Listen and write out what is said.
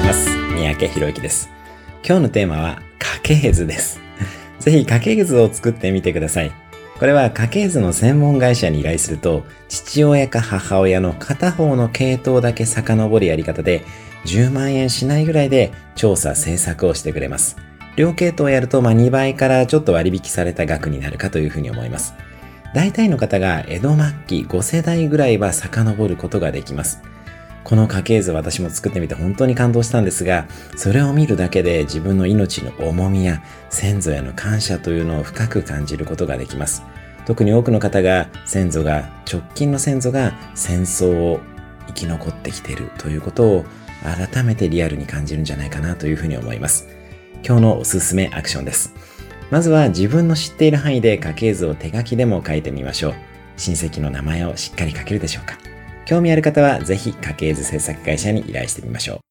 ます。三宅宏之です。今日のテーマは家系図です。ぜひ家系図を作ってみてください。これは家系図の専門会社に依頼すると、父親か母親の片方の系統だけ遡るやり方で、10万円しないぐらいで調査制作をしてくれます。両系統をやると2倍からちょっと割引された額になるかというふうに思います。大体の方が江戸末期5世代ぐらいは遡ることができます。この家系図私も作ってみて本当に感動したんですが、それを見るだけで自分の命の重みや先祖への感謝というのを深く感じることができます。特に多くの方が直近の先祖が戦争を生き残ってきているということを改めてリアルに感じるんじゃないかなというふうに思います。今日のおすすめアクションです。まずは自分の知っている範囲で家系図を手書きでも書いてみましょう。親戚の名前をしっかり書けるでしょうか。興味ある方はぜひ家系図制作会社に依頼してみましょう。